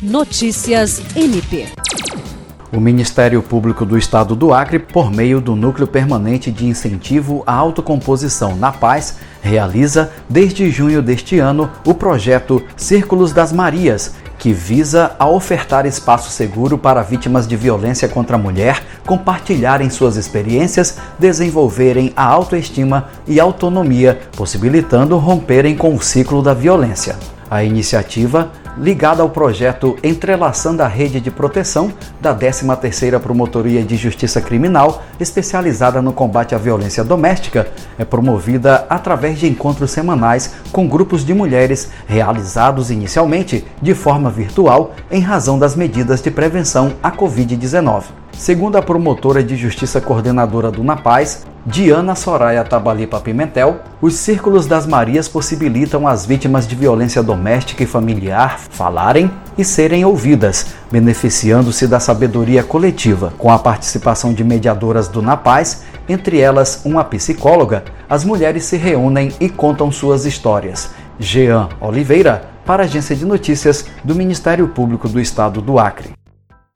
Notícias MP. O Ministério Público do Estado do Acre, por meio do Núcleo Permanente de Incentivo à Autocomposição na Paz, realiza, desde junho deste ano, o projeto Círculos das Marias, que visa a ofertar espaço seguro para vítimas de violência contra a mulher compartilharem suas experiências, desenvolverem a autoestima e autonomia, possibilitando romperem com o ciclo da violência. A iniciativa, ligada ao projeto Entrelaçando a Rede de Proteção da 13ª Promotoria de Justiça Criminal, especializada no combate à violência doméstica, é promovida através de encontros semanais com grupos de mulheres, realizados inicialmente de forma virtual em razão das medidas de prevenção à Covid-19. Segundo a promotora de justiça coordenadora do NAPAZ, Diana Soraya Tabalipa Pimentel, os Círculos das Marias possibilitam às vítimas de violência doméstica e familiar falarem e serem ouvidas, beneficiando-se da sabedoria coletiva. Com a participação de mediadoras do NAPAZ, entre elas uma psicóloga, as mulheres se reúnem e contam suas histórias. Jean Oliveira, para a Agência de Notícias do Ministério Público do Estado do Acre.